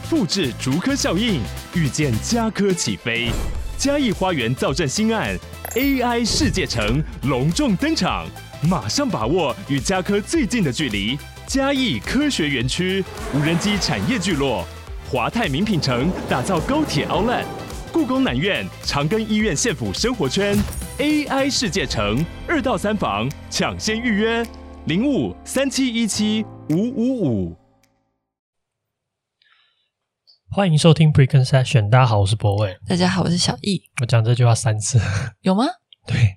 复制竹科效应，预见家科起飞。嘉义花园造镇新案 AI 世界城隆重登场，马上把握与家科最近的距离。嘉义科学园区无人机产业聚落，华泰名品城打造高铁 Outlet， 故宫南院长庚医院县府生活圈 AI 世界城2到3房抢先预约0537175555。 欢迎收听 Preconception， 大家好，我是博伟。 大家好，我是小易。 我讲这句话3次， 有吗？ 对。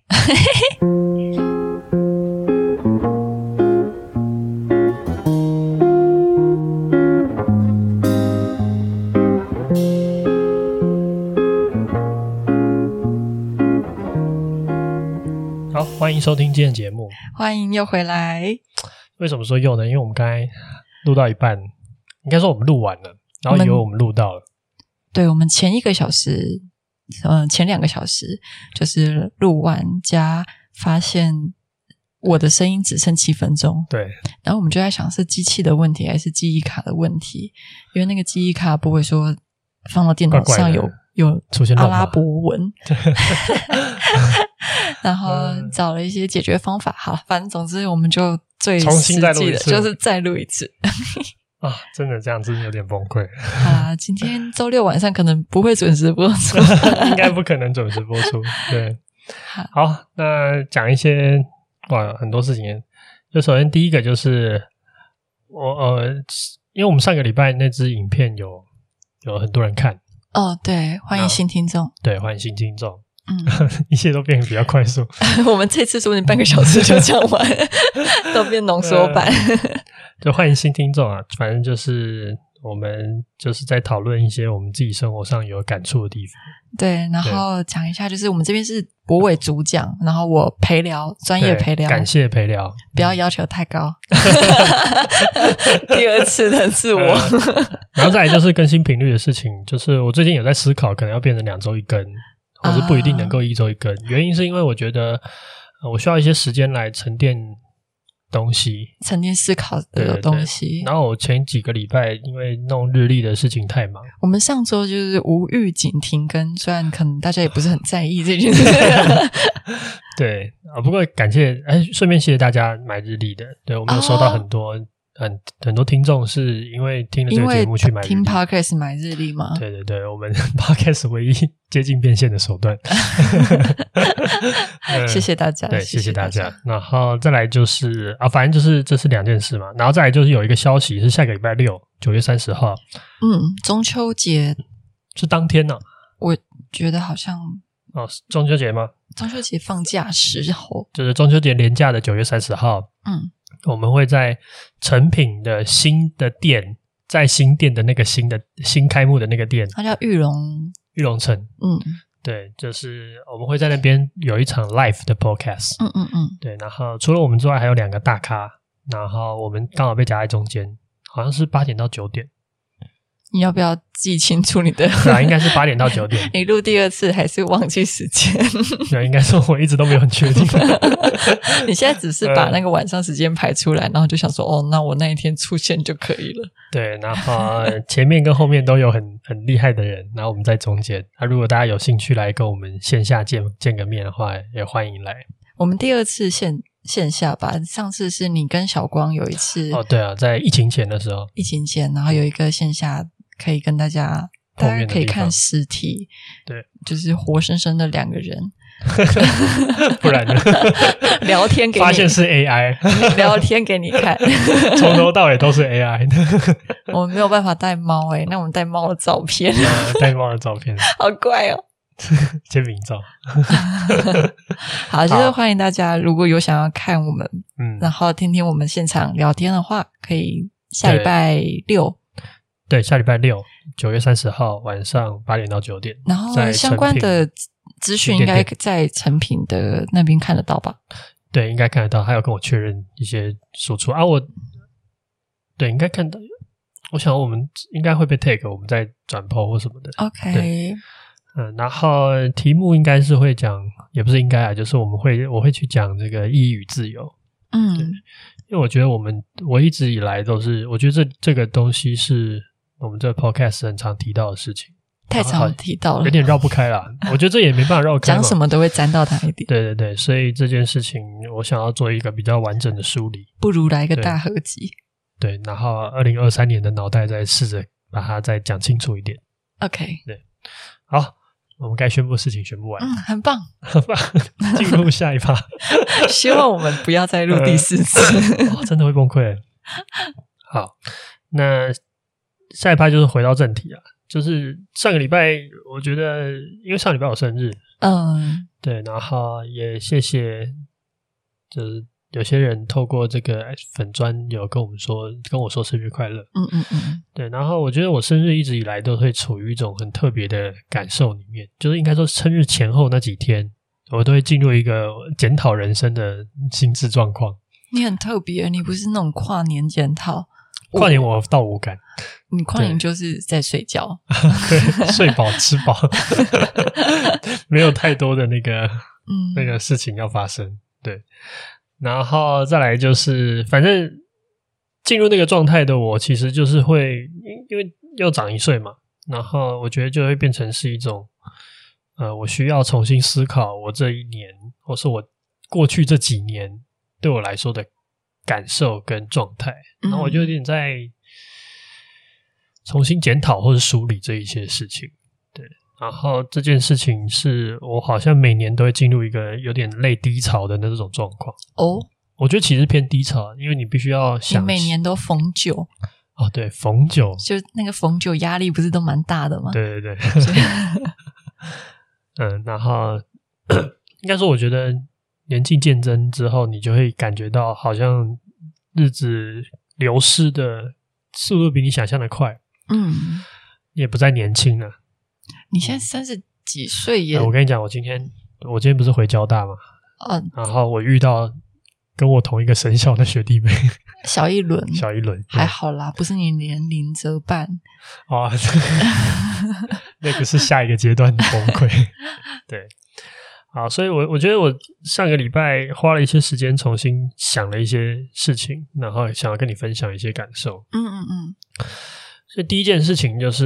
好，欢迎收听今天的节目。 欢迎又回来。 为什么说又呢？因为我们刚才录到一半，应该说我们录完了，然后以为我们录到了。 对，我们前1个小时前2个小时就是录完加发现我的声音只剩7分钟。 对， 然后我们就在想是机器的问题还是记忆卡的问题，因为那个记忆卡不会说放到电脑上有出现阿拉伯文然后找了一些解决方法。好，反正总之我们就最实际的就是再录一次啊，真的这样子有点崩溃啊！今天周六晚上可能不会准时播出应该不可能准时播出。对，好，那讲一些很多事情。就首先第一个就是因为我们上个礼拜那支影片有很多人看哦，对，欢迎新听众。 对，欢迎新听众。一切都变得比较快速我们这次说不定半个小时就讲完都变浓缩版就欢迎新听众啊，反正就是我们就是在讨论一些我们自己生活上有感触的地方。 对，然后讲一下就是我们这边是博伟主讲，然后我陪聊，专业陪聊， 感谢陪聊， 不要要求太高第2次的是我然后再来就是更新频率的事情，就是我最近有在思考可能要变成2周1更，或是不一定能够1周1更，原因是因为我觉得我需要一些时间来沉淀东西，沉淀思考的东西。 对对对，然后我前几个礼拜因为弄日历的事情太忙， 我们上周就是无预警停更，虽然可能大家也不是很在意这件事对不过感谢顺便谢谢大家买日历的。对，我们有收到很多很多听众是因为听了这个节目去买日历， 听 Podcast 买日历吗？ 对对对，我们 Podcast 唯一接近变现的手段谢谢大家。 对，谢谢大家。然后再来就是反正就是这是2件事嘛。然后再来就是有一个消息是下个礼拜6 9月30号中秋节是当天呢我觉得好像中秋节吗？ 中秋节放假时候， 就是中秋节连假的9月30号我们会在诚品的新的店，在新店的那个新开幕的那个店， 它叫玉龙城。对，就是我们会在那边有一场 live 的 podcast。对，然后除了我们之外还有2个大咖，然后我们刚好被夹在中间，好像是8点到9点。 你要不要记清楚你的对应该是8点到9点。 你录第2次还是忘记时间对，应该说我一直都没有很确定你现在只是把那个晚上时间排出来，然后就想说那我那一天出现就可以了。 对，然后前面跟后面都有很厉害的人，然后我们在中间。如果大家有兴趣来跟我们线下见个面的话，也欢迎来。 我们第2次线下吧，上次是你跟小光有一次对啊，在疫情前的时候， 然后有一个线下可以跟大家可以看实体， 对， 就是活生生的2个人不然呢聊天给你， 发现是 AI 聊天给你看从头到尾都是 AI 我们没有办法带猫那我们带猫的照片带猫的照片好怪签名照好，就是欢迎大家如果有想要看我们然后听听我们现场聊天的话，可以下礼拜6。 对，下礼拜6 9月30号晚上8点到9点， 然后相关的资讯应该在诚品的那边看得到吧？ 对，应该看得到。还有跟我确认一些输出对，应该看到。我想我们应该会被 tag， 我们在转 po 或什么的。 OK， 然后题目应该是会讲，也不是应该就是我会去讲这个意义与自由。对，因为我觉得我一直以来都是，我觉得这个东西是我们这个 podcast 很常提到的事情， 太常提到了， 有点绕不开啦。我觉得这也没办法绕开嘛， 讲什么都会沾到它一点。 对对对，所以这件事情我想要做一个比较完整的梳理， 不如来一个大合集。 对，然后2023年的脑袋再试着把它再讲清楚一点。 OK， 对，好，我们该宣布的事情宣布完， 很棒， 很棒，进入下一趴。 希望我们不要再录第4次， 真的会崩溃。好，那下一趴就是回到正题啊，就是上个礼拜，我觉得因为上礼拜我生日，对，然后也谢谢，就是有些人透过这个粉专有跟我说生日快乐，对，然后我觉得我生日一直以来都会处于一种很特别的感受里面，就是应该说生日前后那几天，我都会进入一个检讨人生的心智状况。 你很特别，你不是那种跨年检讨。 跨年我倒无感， 你跨年就是在睡觉， 对，睡饱吃饱，没有太多的那个事情要发生，对。然后再来就是，反正进入那个状态的我，其实就是会因为又长1岁嘛，然后我觉得就会变成是一种，我需要重新思考我这一年，或是我过去这几年对我来说的感受跟状态，然后我就有点在重新检讨或是梳理这一些事情，对。然后这件事情是我好像每年都会进入一个有点类低潮的那种状况。我觉得其实偏低潮，因为你必须要想， 你每年都逢酒哦，对，逢酒， 就那个逢酒压力不是都蛮大的吗？ 对对对，然后应该说，我觉得年纪渐增之后，你就会感觉到好像日子流逝的速度比你想象的快，也不再年轻了。 你现在30几岁耶？ 我跟你讲，我今天不是回交大嘛，然后我遇到跟我同一个神校的学弟妹，小一轮， 还好啦，不是你年龄折半哦，那个是下一个阶段的崩溃。对，好，所以我觉得我上个礼拜花了一些时间重新想了一些事情，然后想要跟你分享一些感受。所以第一件事情就是。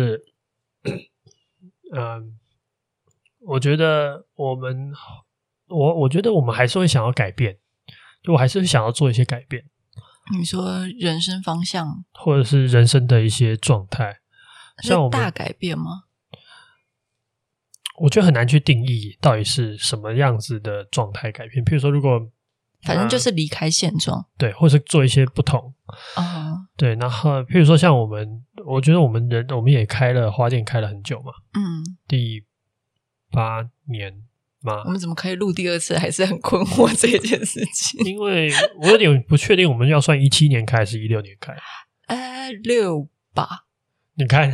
我觉得我觉得我们还是会想要改变，就我还是会想要做一些改变。 你说人生方向， 或者是人生的一些状态，像我们大改变吗？ 我觉得很难去定义到底是什么样子的状态改变。譬如说，如果反正就是离开现状， 对，或是做一些不同对。然后譬如说像我觉得我们也开了花店开了很久嘛，第8年吗？ 我们怎么可以录第2次还是很困惑这件事情？ 因为我有点不确定我们要算17年开还是16年开 6吧， 你看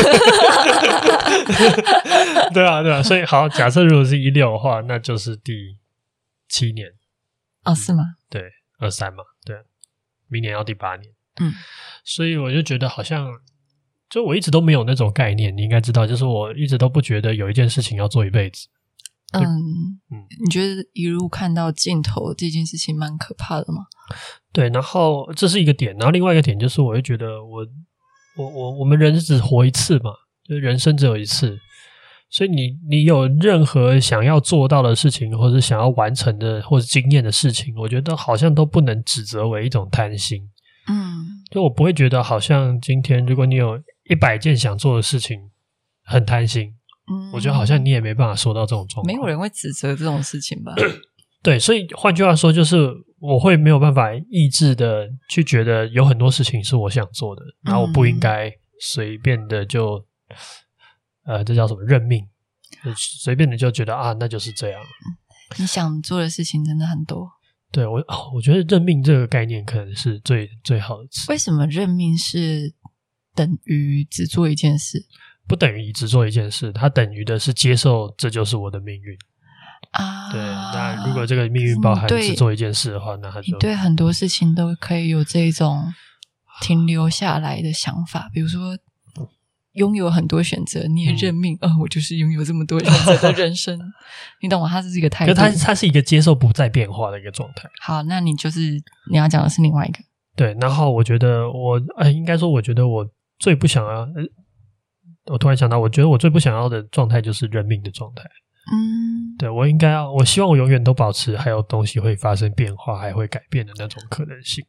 对啊，所以好，假设如果是16的话，那就是第7年是吗？ 对，23嘛，对，明年要第8年。所以我就觉得好像，就我一直都没有那种概念，你应该知道，就是我一直都不觉得有一件事情要做一辈子。 你觉得一路看到尽头这件事情蛮可怕的吗？ 对，然后这是一个点，然后另外一个点就是，我会觉得我们人只活一次嘛，就是人生只有一次。所以你有任何想要做到的事情，或者想要完成的，或者经验的事情，我觉得好像都不能指责为一种贪心。就我不会觉得好像今天如果你有100件想做的事情很贪心，我觉得好像你也没办法说到这种状况。 没有人会指责这种事情吧？ 对，所以换句话说，就是我会没有办法抑制的去觉得有很多事情是我想做的，然后我不应该随便的就这叫什么认命，随便的就觉得那就是这样。 你想做的事情真的很多。 对，我觉得认命这个概念可能是最好的词。 为什么认命是等于只做一件事？ 不等于只做一件事，它等于的是接受这就是我的命运对，那如果这个命运包含只做一件事的话，那它就你对很多事情都可以有这种停留下来的想法，比如说拥有很多选择，你也认命我就是拥有这么多选择的人生你懂吗？它是一个态度， 它是一个接受不再变化的一个状态。 好，那你要讲的是另外一个。 对，然后我觉得应该说我觉得我最不想要，我突然想到，我觉得我最不想要的状态就是认命的状态。对，我希望我永远都保持还有东西会发生变化，还会改变的那种可能性。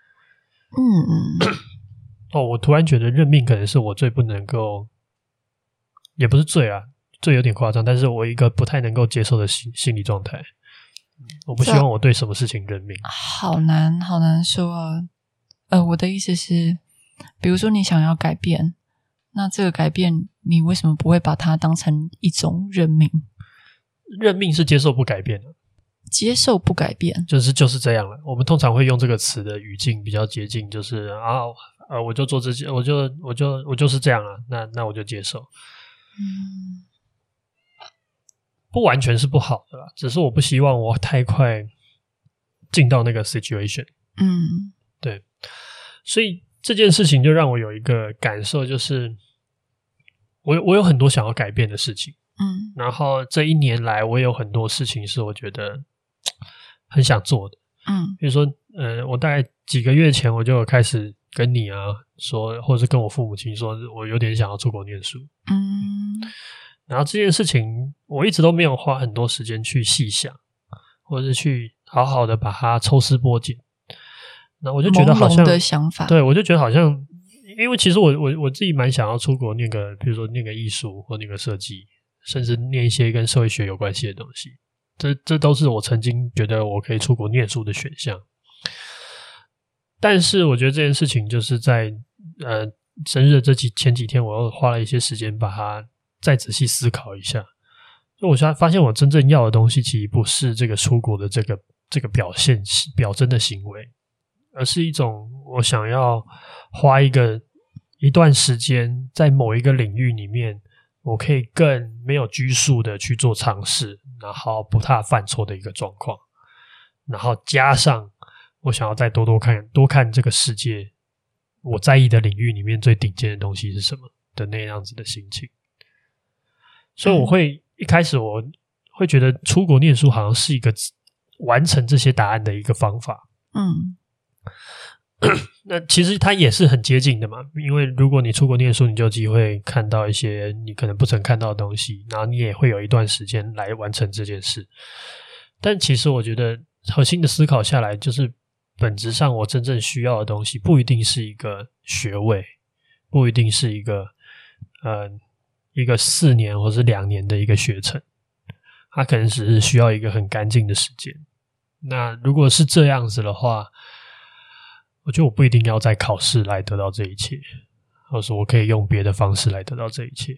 我突然觉得认命可能是我最不能够，也不是最啊，最有点夸张，但是我一个不太能够接受的心理状态。我不希望我对什么事情认命。 好难说啊。我的意思是，比如说你想要改变，那这个改变你为什么不会把它当成一种认命？ 认命是接受不改变的。 接受不改变就是这样了。我们通常会用这个词的语境比较接近，就是我就做自己，我就是这样了，那我就接受。不完全是不好的啦，只是我不希望我太快进到那个 situation。对，所以这件事情就让我有一个感受，就是我有很多想要改变的事情。然后这一年来我有很多事情是我觉得很想做的。比如说我大概几个月前我就有开始跟你说，或者是跟我父母亲说，我有点想要出国念书。然后这件事情我一直都没有花很多时间去细想，或者是去好好的把它抽丝剥茧。那我就觉得好像朦胧的想法， 对，我就觉得好像，因为其实我自己蛮想要出国念个，比如说念个艺术或念个设计，甚至念一些跟社会学有关系的东西。这都是我曾经觉得我可以出国念书的选项。但是我觉得这件事情就是在生日的前几天，我又花了一些时间把它再仔细思考一下。就我发现我真正要的东西其实不是这个出国的这个表征的行为，而是一种我想要花一段时间在某一个领域里面，我可以更没有拘束的去做尝试，然后不怕犯错的一个状况，然后加上我想要再多看这个世界，我在意的领域里面最顶尖的东西是什么的那样子的心情。所以我会一开始我会觉得出国念书好像是一个完成这些答案的一个方法。那其实它也是很接近的嘛，因为如果你出国念书，你就有机会看到一些你可能不曾看到的东西，然后你也会有一段时间来完成这件事。但其实我觉得核心的思考下来，就是本质上我真正需要的东西不一定是一个学位，不一定是一个4年或是2年的一个学程，它可能只是需要一个很干净的时间。那如果是这样子的话，我觉得我不一定要在考试来得到这一切，或者说我可以用别的方式来得到这一切。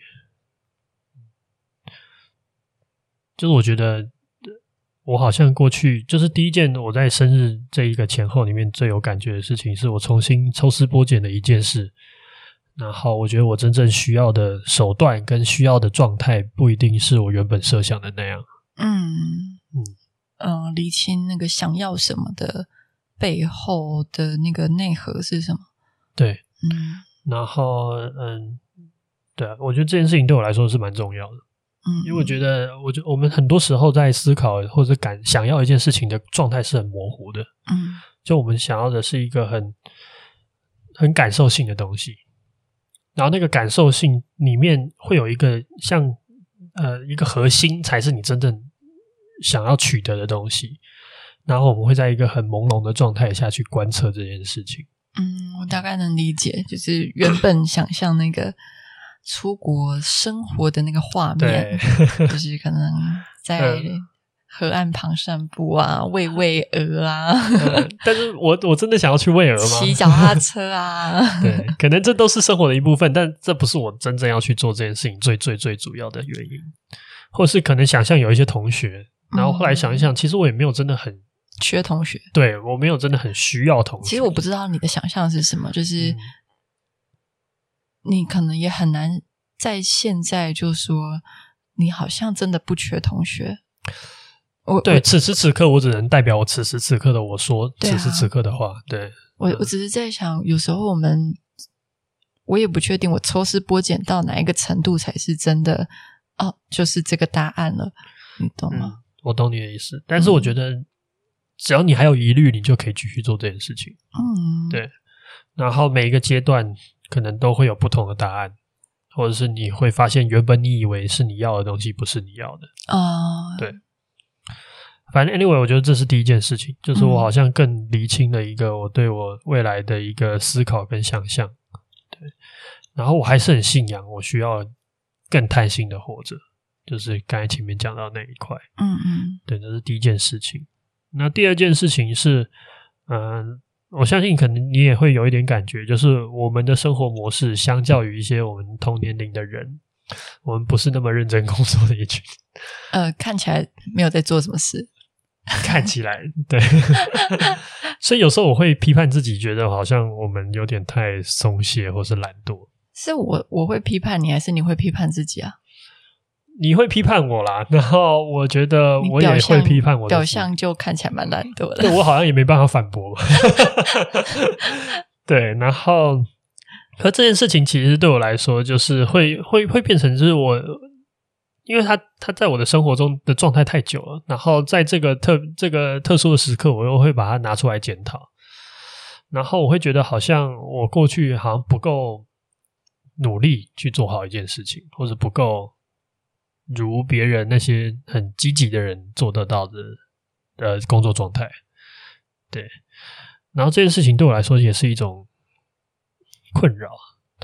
就是我觉得我好像过去就是第一件我在生日这一个前后里面最有感觉的事情，是我重新抽丝剥茧的一件事。然后我觉得我真正需要的手段跟需要的状态不一定是我原本设想的那样。 理清那个想要什么的背后的那个内核是什么。对。 然后对啊，我觉得这件事情对我来说是蛮重要的。因为我觉得我们很多时候在思考或者想要一件事情的状态是很模糊的。就我们想要的是一个很感受性的东西，然后那个感受性里面会有一个像一个核心才是你真正想要取得的东西，然后我们会在一个很朦胧的状态下去观测这件事情。 我大概能理解，就是原本想象那个出国生活的那个画面，就是可能在河岸旁散步啊，喂鹅啊。 但是我真的想要去喂鹅吗？ 骑脚踏车啊。 对，可能这都是生活的一部分，但这不是我真正要去做这件事情最主要的原因。或是可能想象有一些同学，然后后来想一想，其实我也没有真的很缺同学。 对，我没有真的很需要同学。 其实我不知道你的想象是什么，就是你可能也很难在现在就说你好像真的不缺同学。 对，此时此刻我只能代表我此时此刻的我说此时此刻的话。对， 我只是在想，有时候我也不确定我抽丝剥茧到哪一个程度才是真的就是这个答案了，你懂吗？ 我懂你的意思，但是我觉得只要你还有疑虑，你就可以继续做这件事情。对，然后每一个阶段可能都会有不同的答案，或者是你会发现原本你以为是你要的东西不是你要的对。反正 anyway 我觉得这是第一件事情，就是我好像更厘清了一个我对我未来的一个思考跟想象。对，然后我还是很信仰我需要更贪心的活着，就是刚才前面讲到那一块。对，这是第一件事情。那第二件事情是我相信可能你也会有一点感觉，就是我们的生活模式相较于一些我们同年龄的人，我们不是那么认真工作的一群。 看起来没有在做什么事。 看起来对所以有时候我会批判自己，觉得好像我们有点太松懈或是懒惰。 是我会批判你，还是你会批判自己啊？ 你会批判我啦，然后我觉得我也会批判我的表象就看起来蛮懒惰的。 对，我好像也没办法反驳对，然后可这件事情其实对我来说就是会变成就是我，因为他在我的生活中的状态太久了，然后在这个特殊的时刻我又会把它拿出来检讨，然后我会觉得好像我过去好像不够努力去做好一件事情，或者不够如别人那些很积极的人做得到的工作状态。对，然后这件事情对我来说也是一种困扰。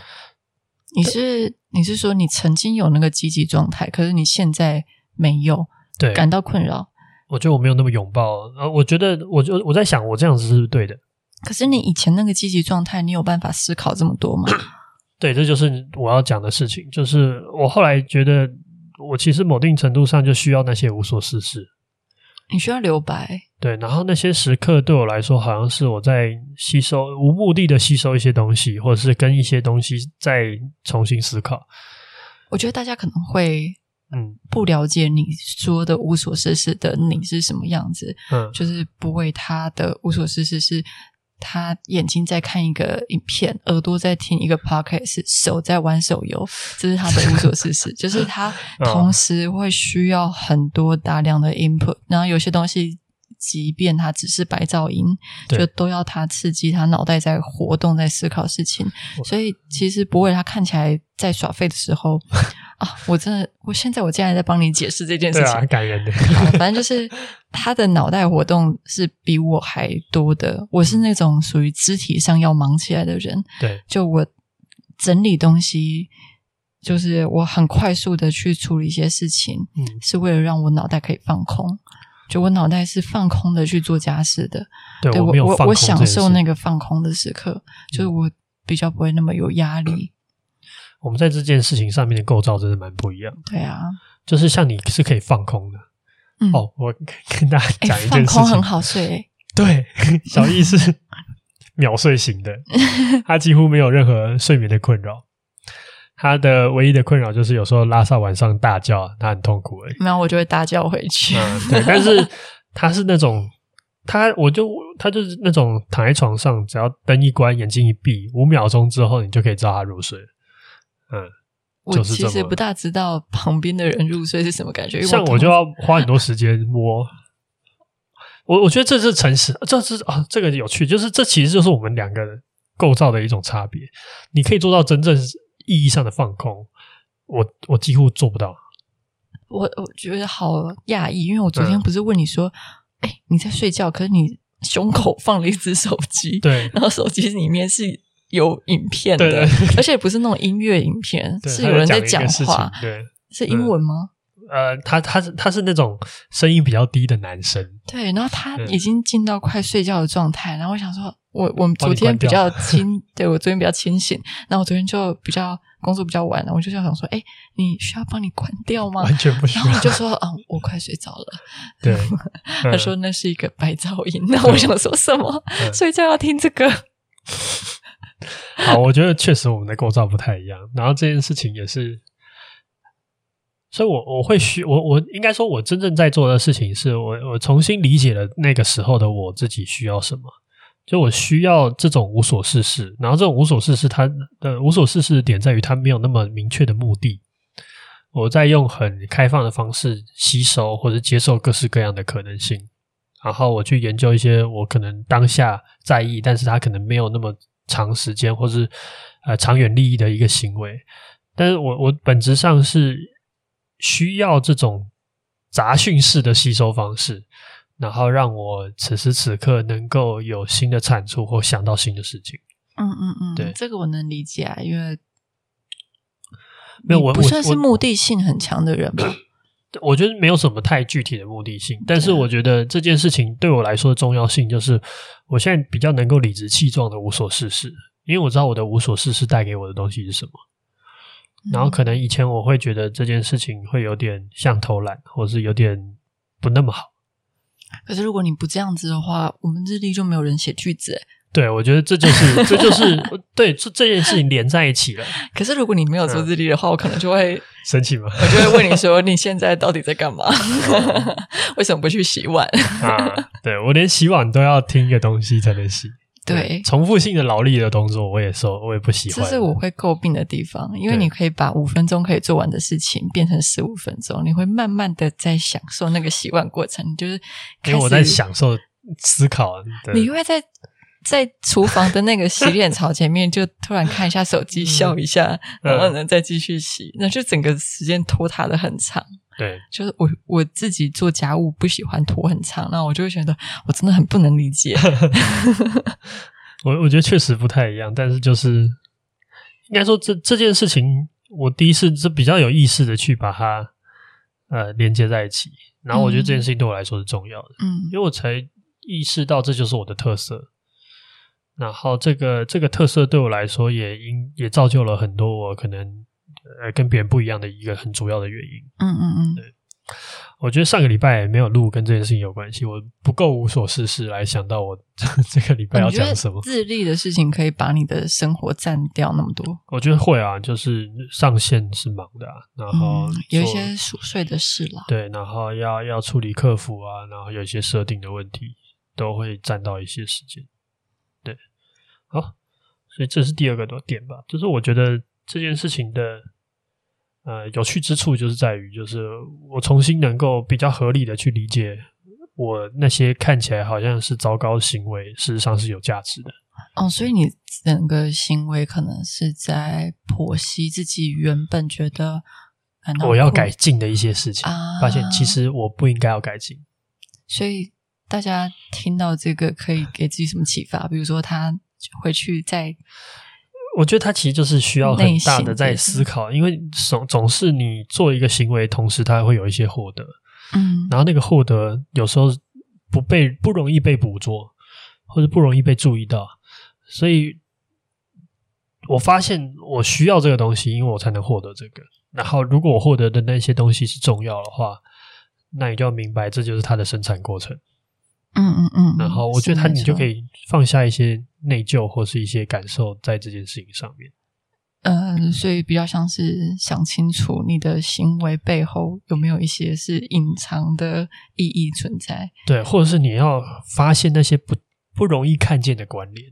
你是说你曾经有那个积极状态，可是你现在没有， 对， 感到困扰？ 我觉得我没有那么拥抱，我觉得我在想我这样子是不是对的？ 可是你以前那个积极状态，你有办法思考这么多吗？ 对，这就是我要讲的事情，就是我后来觉得我其实某定程度上就需要那些无所事事。 你需要留白。 对，然后那些时刻对我来说好像是我在吸收，无目的的吸收一些东西，或者是跟一些东西再重新思考。 我觉得大家可能会不了解你说的无所事事的你是什么样子。就是不为他的无所事事是他眼睛在看一个影片，耳朵在听一个 podcast， 手在玩手游，这是他的无所事事就是他同时会需要很多大量的 input， 然后有些东西即便它只是白噪音，就都要他刺激他脑袋在活动，在思考事情。所以其实不会他看起来在耍废的时候我现在竟然在帮你解释这件事情。 对啊，感人的。 反正就是他的脑袋活动是比我还多的，我是那种属于肢体上要忙起来的人。 对， 就我整理东西，就是我很快速的去处理一些事情，是为了让我脑袋可以放空。就我脑袋是放空的去做家事的。对， 我没有放空我享受那个放空的时刻，就是我比较不会那么有压力。 我们在这件事情上面的构造真的蛮不一样。 对啊， 就是像你是可以放空的。我跟大家讲一件事情， 放空很好睡。 对，小易是秒睡型的，他几乎没有任何睡眠的困扰。他的唯一的困扰就是有时候拉萨晚上大叫，他很痛苦而已。 没有，我就会大叫回去。 对，但是他是那种他就是那种躺在床上，只要灯一关，眼睛一闭，5秒钟之后你就可以知道他入睡了。 我其实不大知道旁边的人入睡是什么感觉， 像我就要花很多时间摸。我觉得这是诚实，这个有趣，就是这其实就是我们两个构造的一种差别。你可以做到真正意义上的放空，我几乎做不到。我觉得好讶异，因为我昨天不是问你说，你在睡觉，可是你胸口放了一只手机， 对， 然后手机里面是有影片的， 对， 而且不是那种音乐影片，是有人在讲话， 对， 是英文吗？ 他是那种声音比较低的男生， 对，然后他已经进到快睡觉的状态，然后我想说我们昨天比较对，我昨天比较清醒，然后我昨天就比较工作比较晚了，我就想说你需要帮你关掉吗？ 完全不需要。 然后我就说我快睡着了。 对， 他说那是一个白噪音，那我想说什么？睡觉要听这个？ 好，我觉得确实我们的构造不太一样，然后这件事情也是，所以我应该说我真正在做的事情是我重新理解了那个时候的我自己需要什么，就我需要这种无所事事，然后这种无所事事它的无所事事的点在于它没有那么明确的目的，我在用很开放的方式吸收或者接受各式各样的可能性，然后我去研究一些我可能当下在意但是它可能没有那么长时间或是长远利益的一个行为。但是我本质上是需要这种杂讯式的吸收方式，然后让我此时此刻能够有新的产出或想到新的事情。对， 这个我能理解啊，因为没有我不算是目的性很强的人吧。 我觉得没有什么太具体的目的性，但是我觉得这件事情对我来说的重要性就是我现在比较能够理直气壮的无所事事，因为我知道我的无所事事带给我的东西是什么。然后可能以前我会觉得这件事情会有点像偷懒，或是有点不那么好。 可是如果你不这样子的话，我们日历就没有人写句子诶。 对，我觉得这就是对这件事情连在一起了。 可是如果你没有做日历的话，我可能就会生气吗？ 我就会问你说你现在到底在干嘛？为什么不去洗碗啊？对，我连洗碗都要听一个东西才能洗。 对， 重复性的劳力的动作我也不喜欢。 这是我会诟病的地方，因为你可以把5分钟可以做完的事情变成15分钟，你会慢慢的在享受那个洗碗过程，就是因为我在享受思考。 你会在厨房的那个洗脸槽前面就突然看一下手机笑一下，然后呢再继续洗，那就整个时间拖沓的很长。 对， 就是我自己做家务不喜欢拖很长，那我就会觉得我真的很不能理解。 我觉得确实不太一样，但是就是应该说这件事情，我第一次是比较有意识的去把它连接在一起，然后我觉得这件事情对我来说是重要的，因为我才意识到这就是我的特色。然后这个特色对我来说也造就了很多我可能跟别人不一样的一个很主要的原因。对，我觉得上个礼拜也没有录跟这件事情有关系，我不够无所事事来想到我这个礼拜要讲什么。 日历的事情可以把你的生活占掉那么多？ 我觉得会啊，就是上线是忙的啊，然后有一些琐碎的事啦。 对，然后要处理客服啊，然后有一些设定的问题都会占到一些时间。对，好，所以这是第二个点吧，就是我觉得这件事情的有趣之处就是在于，就是我重新能够比较合理的去理解我那些看起来好像是糟糕的行为，事实上是有价值的。 所以你整个行为可能是在剖析自己原本觉得我要改进的一些事情，发现其实我不应该要改进。 所以大家听到这个可以给自己什么启发？比如说他回去再， 我觉得他其实就是需要很大的在思考，因为总是你做一个行为，同时他会有一些获得，然后那个获得有时候不容易被捕捉，或者不容易被注意到，所以我发现我需要这个东西，因为我才能获得这个。然后如果我获得的那些东西是重要的话，那你就要明白这就是它的生产过程。然后我觉得你就可以放下一些内疚或是一些感受在这件事情上面。 所以比较像是想清楚你的行为背后有没有一些是隐藏的意义存在。 对，或者是你要发现那些不容易看见的关联。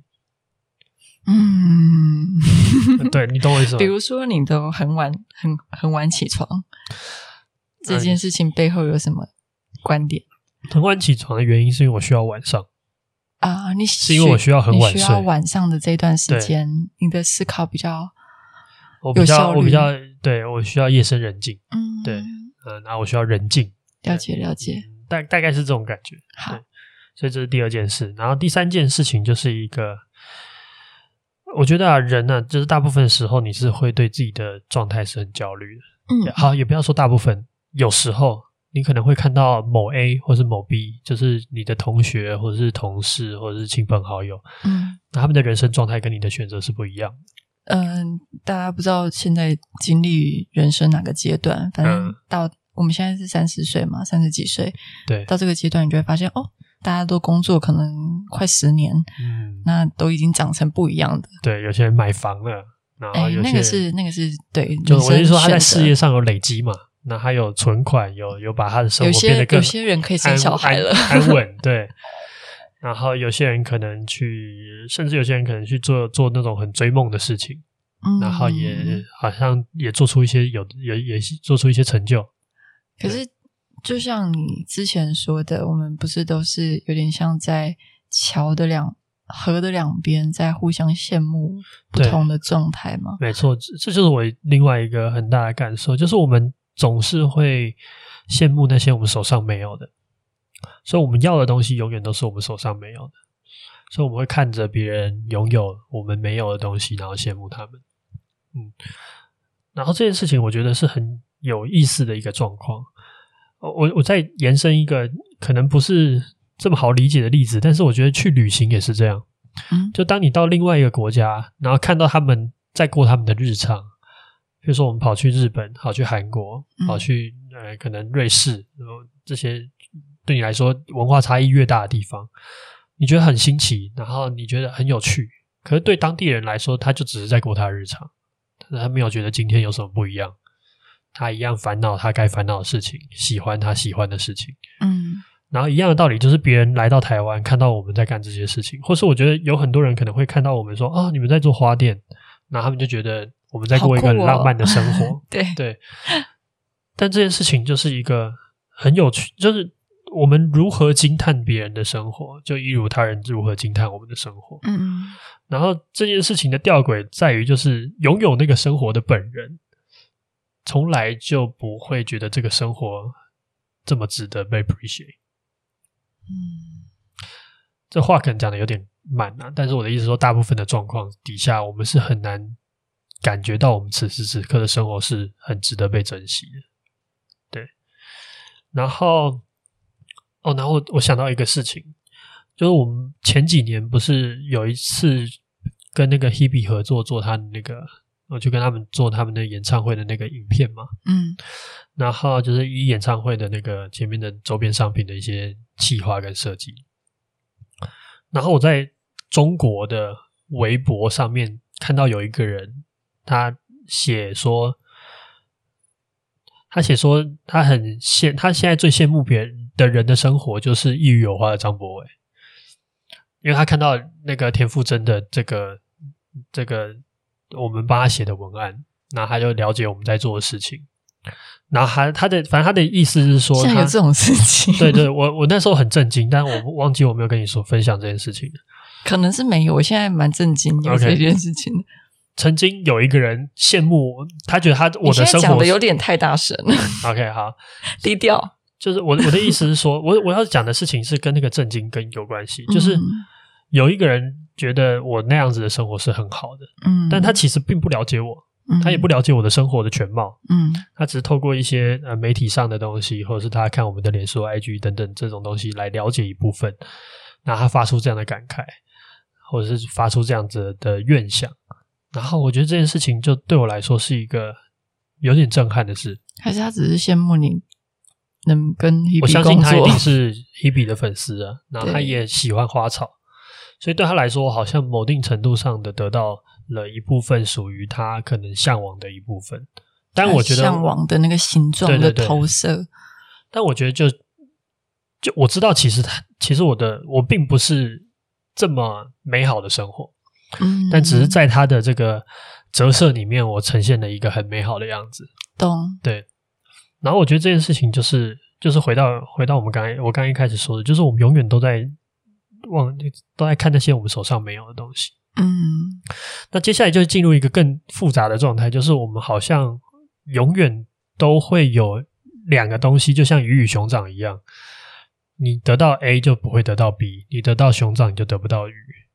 对，你懂我意思吗？ 比如说你都很晚起床，这件事情背后有什么观点？ 很晚起床的原因是因为我需要晚上是因为我需要很晚睡， 你需要晚上的这段时间，你的思考比较有效率。对，我需要夜深人静。对，然后我需要人静。 了解， 大概是这种感觉。 好， 所以这是第二件事。然后第三件事情就是一个，我觉得人就是大部分时候你是会对自己的状态是很焦虑的。好，也不要说大部分，有时候你可能会看到某 A 或是某 B， 就是你的同学或者是同事或者是亲朋好友，那他们的人生状态跟你的选择是不一样的。 大家不知道现在经历人生哪个阶段，反正到我们现在是30岁嘛，30几岁， 对， 到这个阶段你就会发现大家都工作可能快10年，那都已经长成不一样的。 对，有些人买房了，然后有些人那个是对， 就我是说他在事业上有累积嘛，那他有存款，有把他的生活变得更有些人可以生小孩了， 安稳。对，然后有些人可能甚至有些人可能去做那种很追梦的事情，然后也好像也做出一些也做出一些成就。 可是就像你之前说的，我们不是都是有点像在桥的河的两边在互相羡慕不同的状态吗？ 没错，这就是我另外一个很大的感受，就是我们总是会羡慕那些我们手上没有的，所以我们要的东西永远都是我们手上没有的，所以我们会看着别人拥有我们没有的东西，然后羡慕他们。然后这件事情我觉得是很有意思的一个状况。我再延伸一个可能不是这么好理解的例子，但是我觉得去旅行也是这样。就当你到另外一个国家，然后看到他们在过他们的日常，比如说我们跑去日本，跑去韩国，跑去可能瑞士，这些对你来说文化差异越大的地方，你觉得很新奇，然后你觉得很有趣，可是对当地人来说，他就只是在过他的日常，他没有觉得今天有什么不一样，他一样烦恼他该烦恼的事情，喜欢他喜欢的事情。然后一样的道理就是别人来到台湾看到我们在干这些事情，或是我觉得有很多人可能会看到我们说你们在做花店，然后他们就觉得我们在过一个很浪漫的生活。对，但这件事情就是一个很有趣，就是我们如何惊叹别人的生活，就一如他人如何惊叹我们的生活。然后这件事情的吊诡在于，就是拥有那个生活的本人从来就不会觉得这个生活这么值得被 appreciate。这话可能讲的有点满啊，但是我的意思说，大部分的状况底下，我们是很难感觉到我们此时此刻的生活是很值得被珍惜的。对，然后我想到一个事情，就是我们前几年不是有一次跟那个 Hebe 合作做他的那个，我就跟他们做他们的演唱会的那个影片嘛。然后就是以演唱会的那个前面的周边商品的一些企划跟设计。然后我在中国的微博上面看到有一个人，他写说他他现在最羡慕别人的人的生活就是一语有花的张博伟，因为他看到那个田馥甄的这个我们帮他写的文案，然后他就了解我们在做的事情。然后反正他的意思是说， 现在有这种事情。 对，我那时候很震惊，但我忘记我没有跟你说分享这件事情。 可能是没有，我现在蛮震惊有这件事情的。 曾经有一个人羡慕他，觉得我的生活，你现在讲的有点太大声了。 OK， 好， 低调。 就是我的意思是说，我要讲的事情是跟那个震惊跟有关系，就是有一个人觉得我那样子的生活是很好的，但他其实并不了解我。他也不了解我的生活的全貌，他只是透过一些媒体上的东西，或者是他看我们的脸书 IG 等等这种东西来了解一部分，然后他发出这样的感慨，或者是发出这样子的愿想，然后我觉得这件事情就对我来说是一个有点震撼的事。 还是他只是羡慕你能跟 Hebe 我相信他一定是 Hebe 的粉丝啊，然后他也喜欢花草，所以对他来说好像某定程度上的得到了一部分属于他可能向往的一部分，但我觉得向往的那个形状的投射。 但我觉得就我知道其实我并不是这么美好的生活，但只是在他的这个折射里面，我呈现了一个很美好的样子。 懂。 对。然后我觉得这件事情就是回到我刚一开始说的，就是我们永远都在看那些我们手上没有的东西。那接下来就进入一个更复杂的状态，就是我们好像永远都会有两个东西，就像鱼与熊掌一样，你得到 A 就不会得到 B， 你得到熊掌你就得不到鱼。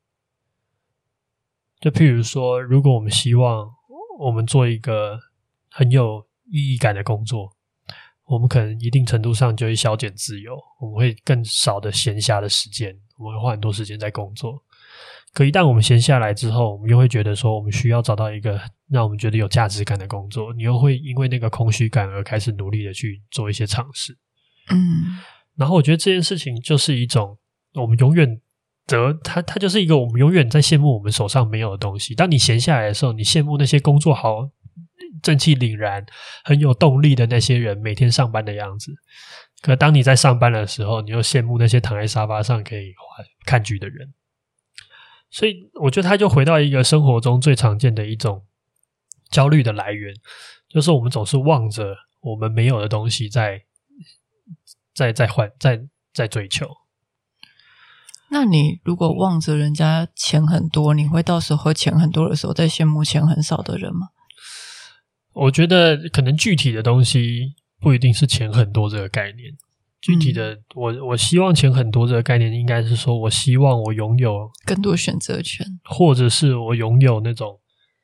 就譬如说，如果我们希望我们做一个很有意义感的工作，我们可能一定程度上就会削减自由，我们会更少的闲暇的时间，我们会花很多时间在工作。可一旦我们闲下来之后，我们又会觉得说我们需要找到一个让我们觉得有价值感的工作，你又会因为那个空虚感而开始努力的去做一些尝试。然后我觉得这件事情就是一种我们永远它就是一个我们永远在羡慕我们手上没有的东西。当你闲下来的时候，你羡慕那些工作好正气凛然很有动力的那些人每天上班的样子，可当你在上班的时候，你又羡慕那些躺在沙发上可以看剧的人。所以我觉得他就回到一个生活中最常见的一种焦虑的来源，就是我们总是望着我们没有的东西在追求。 那你如果望着人家钱很多，你会到时候钱很多的时候再羡慕钱很少的人吗？ 我觉得可能具体的东西不一定是钱很多这个概念，具体的我希望钱很多这个概念应该是说我希望我拥有更多选择权，或者是我拥有那种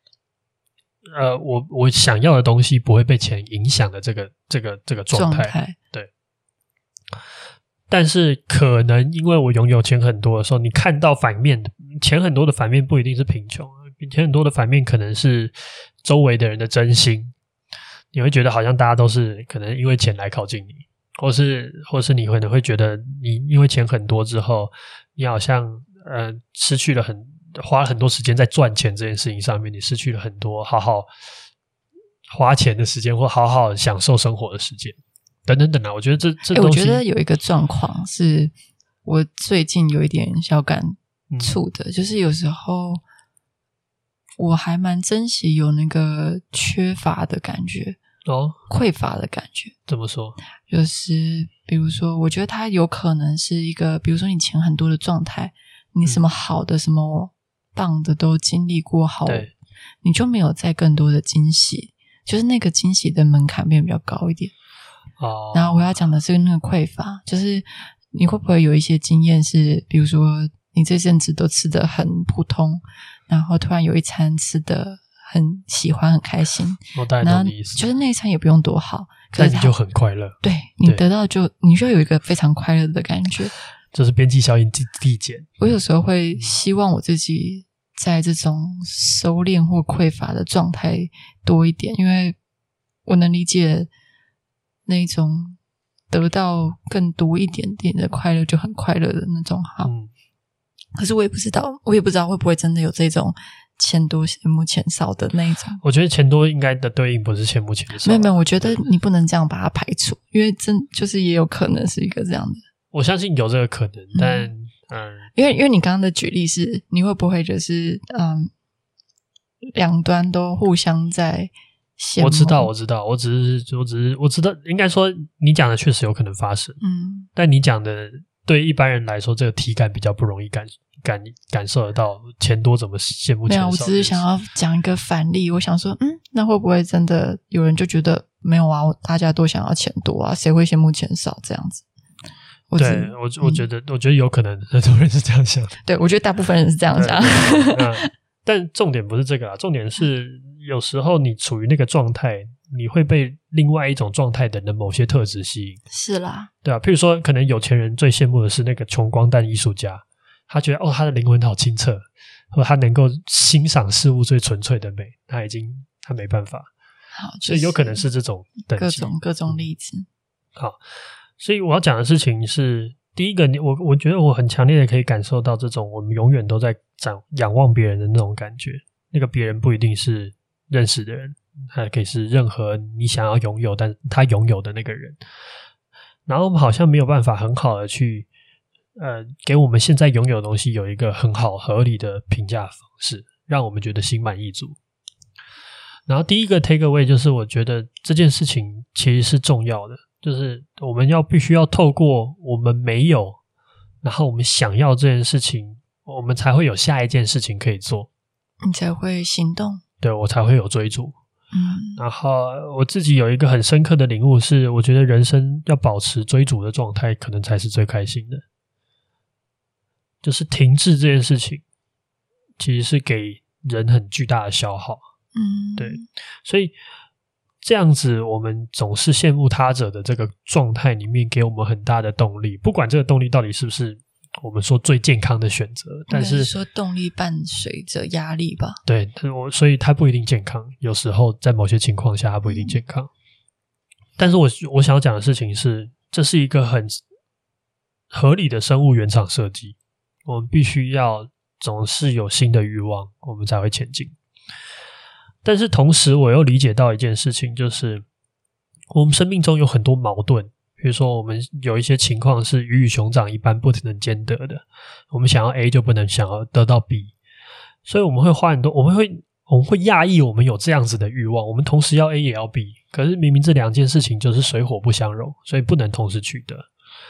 我想要的东西不会被钱影响的这个状态。对。但是可能因为我拥有钱很多的时候，你看到反面，钱很多的反面不一定是贫穷，钱很多的反面可能是周围的人的真心。你会觉得好像大家都是可能因为钱来靠近你，或是你可能会觉得你因为钱很多之后，你好像失去了花了很多时间在赚钱这件事情上面，你失去了很多好好花钱的时间或好好享受生活的时间等等等啊。我觉得这东西， 我觉得有一个状况是我最近有一点小感触的，就是有时候我还蛮珍惜有那个缺乏的感觉匮乏的感觉。 怎么说？就是比如说我觉得它有可能是一个，比如说你钱很多的状态，你什么好的什么棒的都经历过后，你就没有再更多的惊喜，就是那个惊喜的门槛变得比较高一点。然后我要讲的是那个匮乏，就是你会不会有一些经验是，比如说你这阵子都吃得很普通，然后突然有一餐吃得很喜欢很开心， 我大概懂你意思， 就是那一餐也不用多好，可是但你就很快乐， 对，你得到你就有一个非常快乐的感觉， 就是边际效应递减。 我有时候会希望我自己在这种收敛或匮乏的状态多一点，因为我能理解那种得到更多一点点的快乐就很快乐的那种好。可是我也不知道会不会真的有这种钱多羡慕钱少的那一种。 我觉得钱多应该的对应不是羡慕钱少， 没有，我觉得你不能这样把它排除，因为就是也有可能是一个这样的。我相信有这个可能，但因为你刚刚的举例是你会不会就是两端都互相在羡慕。 我知道，我只是我知道，应该说你讲的确实有可能发生，但你讲的对一般人来说，这个体感比较不容易感受得到钱多怎么羡慕钱少。 没有，我只是想要讲一个反例，我想说那会不会真的有人就觉得没有啊，大家都想要钱多啊，谁会羡慕钱少这样子。 对，我觉得有可能很多人是这样想的。 对，我觉得大部分人是这样想。 但重点不是这个啦，重点是有时候你处于那个状态，你会被另外一种状态的人的某些特质吸引。 是啦， 对啊，譬如说可能有钱人最羡慕的是那个穷光蛋艺术家，他觉得他的灵魂好清澈，或他能够欣赏事物最纯粹的美，他没办法。 好， 所以有可能是这种等级， 各种例子。 好，所以我要讲的事情是，第一个，我觉得我很强烈的可以感受到这种我们永远都在仰望别人的那种感觉。那个别人不一定是认识的人，还可以是任何你想要拥有但他拥有的那个人。然后我们好像没有办法很好的去给我们现在拥有的东西有一个很好合理的评价方式，让我们觉得心满意足。然后第一个 take away 就是我觉得这件事情其实是重要的，就是我们必须要透过我们没有，然后我们想要这件事情，我们才会有下一件事情可以做， 你才会行动， 对，我才会有追逐。然后我自己有一个很深刻的领悟是，我觉得人生要保持追逐的状态可能才是最开心的，就是停滞这件事情其实是给人很巨大的消耗。对，所以这样子我们总是羡慕他者的这个状态里面给我们很大的动力，不管这个动力到底是不是我们说最健康的选择，但是说动力伴随着压力吧。 对，所以它不一定健康，有时候在某些情况下它不一定健康。但是我想要讲的事情是，这是一个很合理的生物原厂设计，我们必须要总是有新的欲望，我们才会前进。但是同时我又理解到一件事情，就是我们生命中有很多矛盾，比如说我们有一些情况是鱼与熊掌一般不能兼得的，我们想要 A 就不能想要得到 B， 所以我们会花很多，我们会讶异我们有这样子的欲望，我们同时要 A 也要 B， 可是明明这两件事情就是水火不相容，所以不能同时取得。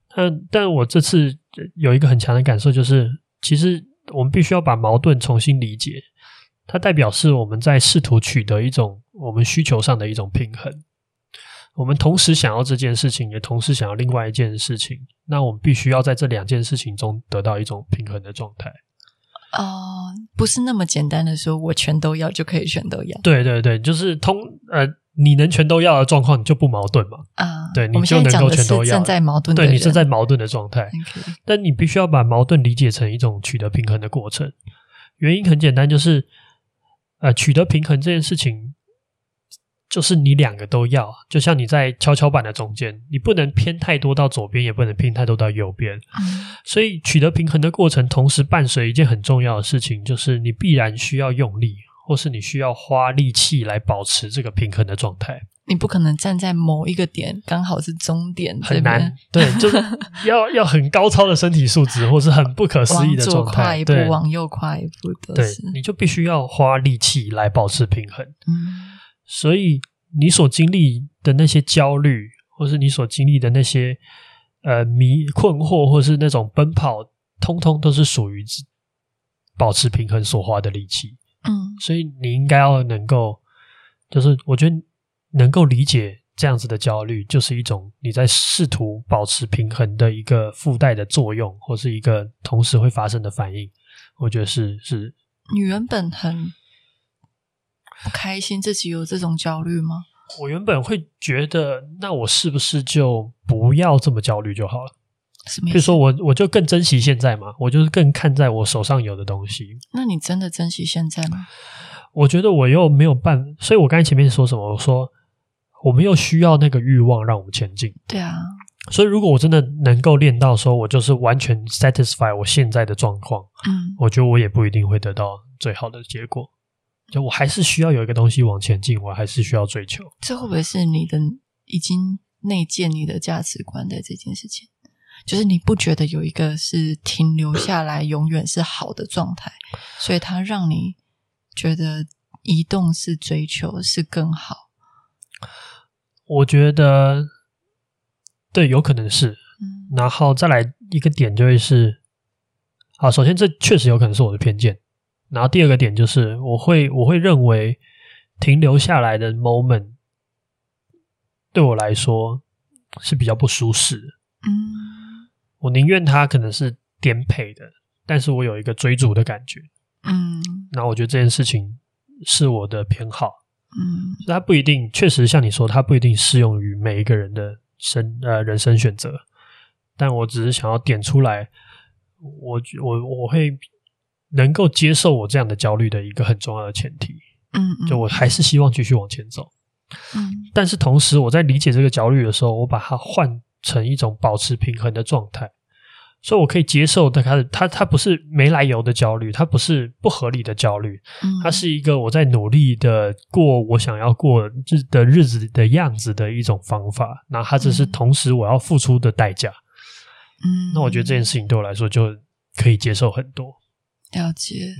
但我这次有一个很强的感受，就是其实我们必须要把矛盾重新理解，它代表是我们在试图取得一种我们需求上的一种平衡。我们同时想要这件事情，也同时想要另外一件事情，那我们必须要在这两件事情中得到一种平衡的状态。 不是那么简单的说我全都要就可以全都要。 对对对，就是你能全都要的状况，你就不矛盾嘛。对，你就能够全都要。 我们现在讲的是正在矛盾的人， 对，你正在矛盾的状态。 Okay. 但你必须要把矛盾理解成一种取得平衡的过程。原因很简单，就是取得平衡这件事情，就是你两个都要。就像你在跷跷板的中间，你不能偏太多到左边，也不能偏太多到右边。所以取得平衡的过程，同时伴随一件很重要的事情，就是你必然需要用力，或是你需要花力气来保持这个平衡的状态。 你不可能站在某一个点刚好是终点， 很难。对，就是要很高超的身体素质，或是很不可思议的状态， 往左跨一步，往右跨一步都是。 对，你就必须要花力气来保持平衡。所以你所经历的那些焦虑，或是你所经历的那些困惑，或是那种奔跑，通通都是属于保持平衡所花的力气。所以你应该要能够，就是我觉得能够理解这样子的焦虑，就是一种你在试图保持平衡的一个附带的作用，或是一个同时会发生的反应。我觉得是你原本很不开心自己有这种焦虑吗？ 我原本会觉得，那我是不是就不要这么焦虑就好了？ 什么意思？ 比如说我就更珍惜现在嘛，我就是更看在我手上有的东西。 那你真的珍惜现在吗？ 我觉得我又没有办法，所以我刚才前面说什么？我说我们又需要那个欲望让我们前进。 对啊， 所以如果我真的能够练到说我就是完全 satisfy 我现在的状况，我觉得我也不一定会得到最好的结果。就我还是需要有一个东西往前进，我还是需要追求。 这会不会是你的已经内建你的价值观的这件事情？就是你不觉得有一个是停留下来永远是好的状态，所以它让你觉得移动是追求是更好。 我觉得对，有可能是。然后再来一个点就会是，好，首先这确实有可能是我的偏见。然后第二个点就是我会认为停留下来的 moment 对我来说是比较不舒适的。我宁愿它可能是颠沛的，但是我有一个追逐的感觉。然后我觉得这件事情是我的偏好。它不一定，确实像你说，它不一定适用于每一个人的人生选择。但我只是想要点出来，我会能够接受我这样的焦虑的一个很重要的前提。就我还是希望继续往前走。但是同时我在理解这个焦虑的时候，我把它换成一种保持平衡的状态，所以我可以接受它不是没来由的焦虑，它不是不合理的焦虑，它是一个我在努力的过我想要过的日子的样子的一种方法，那它只是同时我要付出的代价。那我觉得这件事情对我来说就可以接受很多。 了解。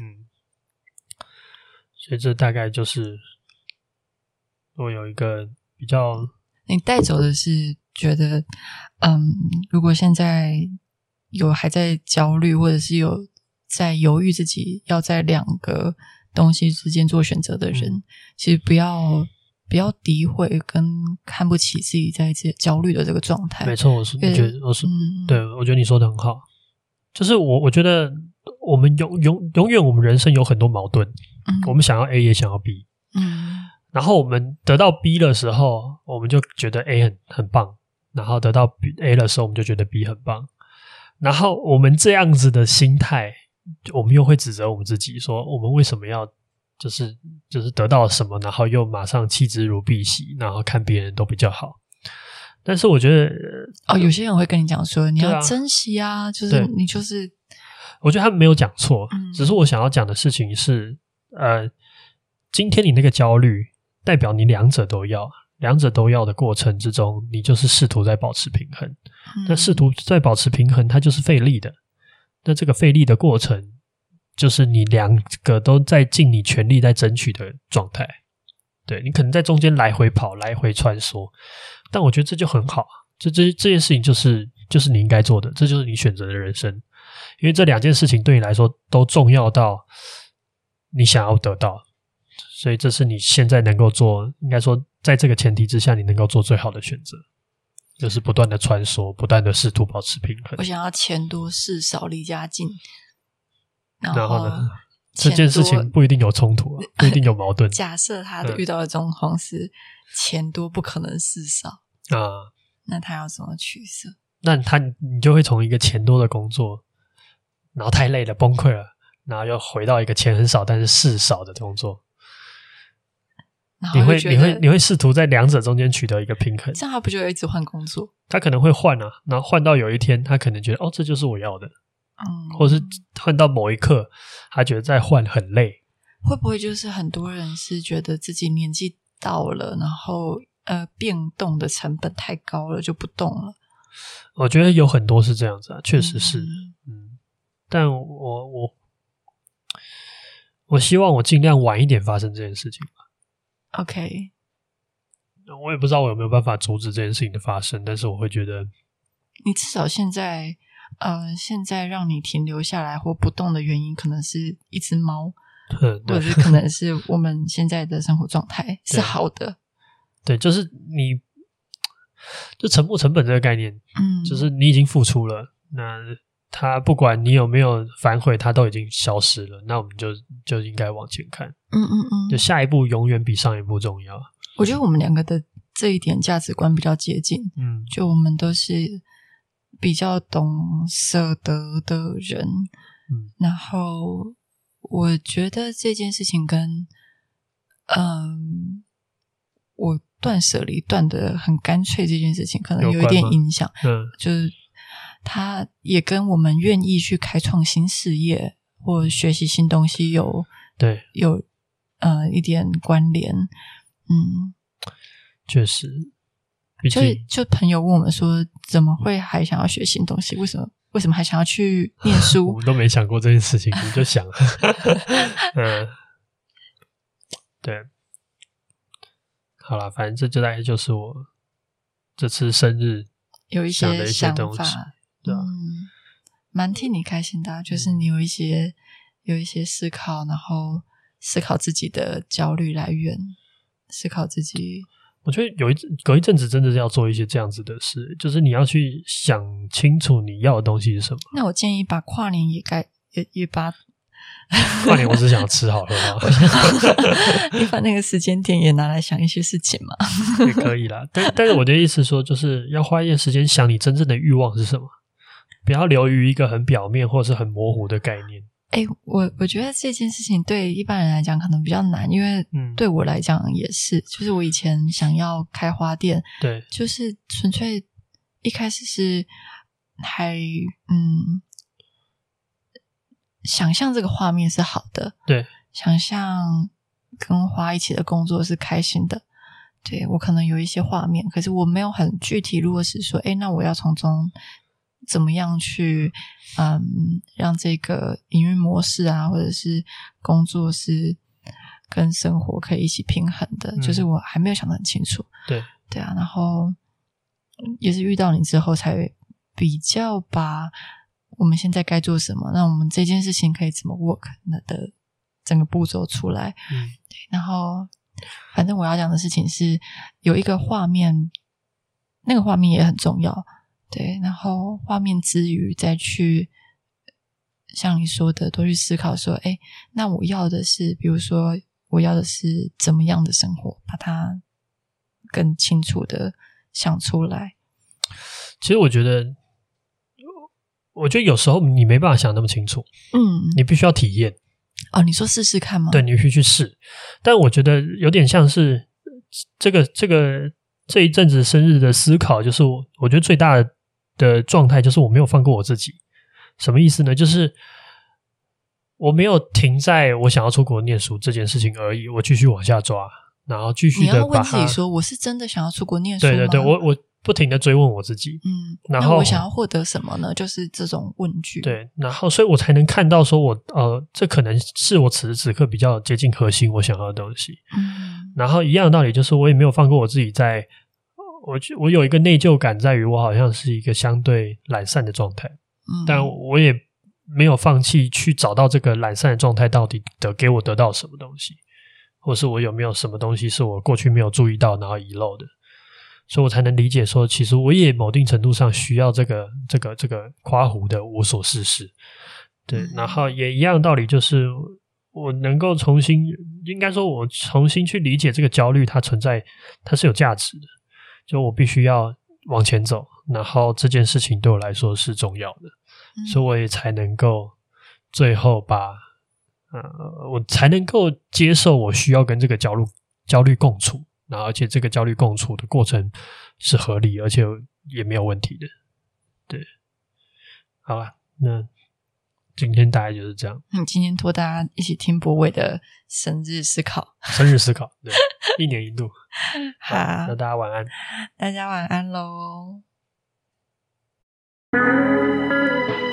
所以这大概就是我有一个比较， 你带走的是觉得如果现在还在焦虑，或者是有在犹豫自己要在两个东西之间做选择的人，其实不要诋毁跟看不起自己在这焦虑的这个状态。没错，我觉得对，我觉得你说的很好。就是我觉得我们永远我们人生有很多矛盾，我们想要 A 也想要 B，然后我们得到 B 的时候，我们就觉得 A 很棒，然后得到 A 的时候，我们就觉得 B 很棒。然后我们这样子的心态，我们又会指责我们自己，说我们为什么要就是得到了什么，然后又马上弃之如敝屣，然后看别人都比较好。但是我觉得有些人会跟你讲说你要珍惜啊，就是你就是我觉得他们没有讲错，只是我想要讲的事情是今天你那个焦虑代表你两者都要的过程之中，你就是试图在保持平衡。那试图在保持平衡，它就是费力的。那这个费力的过程就是你两个都在尽你全力在争取的状态。对，你可能在中间来回跑，来回穿梭，但我觉得这就很好。这件事情就是就是你应该做的，这就是你选择的人生。因为这2件事情对你来说都重要到你想要得到，所以这是你现在能够做，应该说在这个前提之下你能够做最好的选择，就是不断的穿梭，不断的试图保持平衡。 我想要钱多事少离家近，然后呢，这件事情不一定有冲突啊，不一定有矛盾。 假设他遇到的状况是钱多不可能事少啊， 那他要怎么取舍？ 那你就会从一个钱多的工作，然后太累了崩溃了，然后又回到一个钱很少但是事少的工作。你会试图在2者中间取得一个平衡， 这样他不就会一直换工作？ 他可能会换啊，然后换到有一天他可能觉得这就是我要的，或者是换到某一刻他觉得再换很累。 会不会就是很多人是觉得自己年纪到了，然后变动的成本太高了就不动了？ 我觉得有很多是这样子啊，确实是。但我希望我尽量晚一点发生这件事情吧。 OK， 我也不知道我有没有办法阻止这件事情的发生，但是我会觉得你至少现在让你停留下来或不动的原因可能是一只猫或者是可能是我们现在的生活状态是好的。 对，就是你就沉没成本这个概念，就是你已经付出了，那它不管你有没有反悔，它都已经消失了，那我们就应该往前看。就下一步永远比上一步重要。 我觉得我们2个的这一点价值观比较接近。就我们都是比较懂舍得的人。然后我觉得这件事情跟我断舍离断得很干脆这件事情可能有一点影响。就是它也跟我们愿意去开创新事业或学习新东西有一点关联。 确实。 就朋友问我们说怎么会还想要学新东西，为什么还想要去念书？ 我们都没想过这件事情，你就想了。对，好啦，反正这就大概就是我这次生日有一些想法。 对啊， 蛮替你开心的啊，就是你有一些思考，然后思考自己的焦虑来源，思考自己。 我觉得有一阵子真的是要做一些这样子的事，就是你要去想清楚你要的东西是什么。那我建议把跨年也把跨年我只想要吃好了吗？ 你把那个时间点也拿来想一些事情嘛。 也可以啦，但是我的意思说，就是要花一点时间想你真正的欲望是什么，不要流于一个很表面或是很模糊的概念。 我觉得这件事情对一般人来讲可能比较难，因为对我来讲也是，就是我以前想要开花店， 对， 就是纯粹一开始是还想象这个画面是好的， 对， 想象跟花一起的工作是开心的，对，我可能有一些画面，可是我没有很具体落实说那我要从中怎么样去让这个营运模式啊，或者是工作是跟生活可以一起平衡的，就是我还没有想得很清楚。对啊，然后也是遇到你之后才比较把我们现在该做什么，那我们这件事情可以怎么 work 的整个步骤出来。对，然后反正我要讲的事情是有一个画面，那个画面也很重要。对，然后画面之余再去像你说的多去思考说那我要的是比如说我要的是怎么样的生活，把它更清楚的想出来。 其实我觉得有时候你没办法想那么清楚，你必须要体验。 你说试试看吗？ 对，你必须去试。但我觉得有点像是这一阵子生日的思考，就是我觉得最大的状态就是我没有放过我自己。什么意思呢？就是我没有停在我想要出国念书这件事情而已，我继续往下抓，然后继续的把它。 你要问自己说，我是真的想要出国念书吗？ 对，我不停的追问我自己。然后那我想要获得什么呢？就是这种问句。 对，然后所以我才能看到说这可能是我此时此刻比较接近核心我想要的东西。然后一样的道理就是我也没有放过我自己在我有一个内疚感，在于我好像是一个相对懒散的状态，但我也没有放弃去找到这个懒散的状态到底给我得到什么东西，或是我有没有什么东西是我过去没有注意到然后遗漏的，所以我才能理解说，其实我也某定程度上需要这个夸胡的无所事事。对，然后也一样的道理，就是我能够应该说我重新去理解这个焦虑它存在，它是有价值的，就我必须要往前走，然后这件事情对我来说是重要的，所以我也才能够最后我才能够接受我需要跟这个焦虑共处，然后而且这个焦虑共处的过程是合理而且也没有问题的。对，好了，那今天大概就是这样。 今天托大家一起听博伟的生日思考， 对，1年1度。 好， 那大家晚安。 大家晚安喽。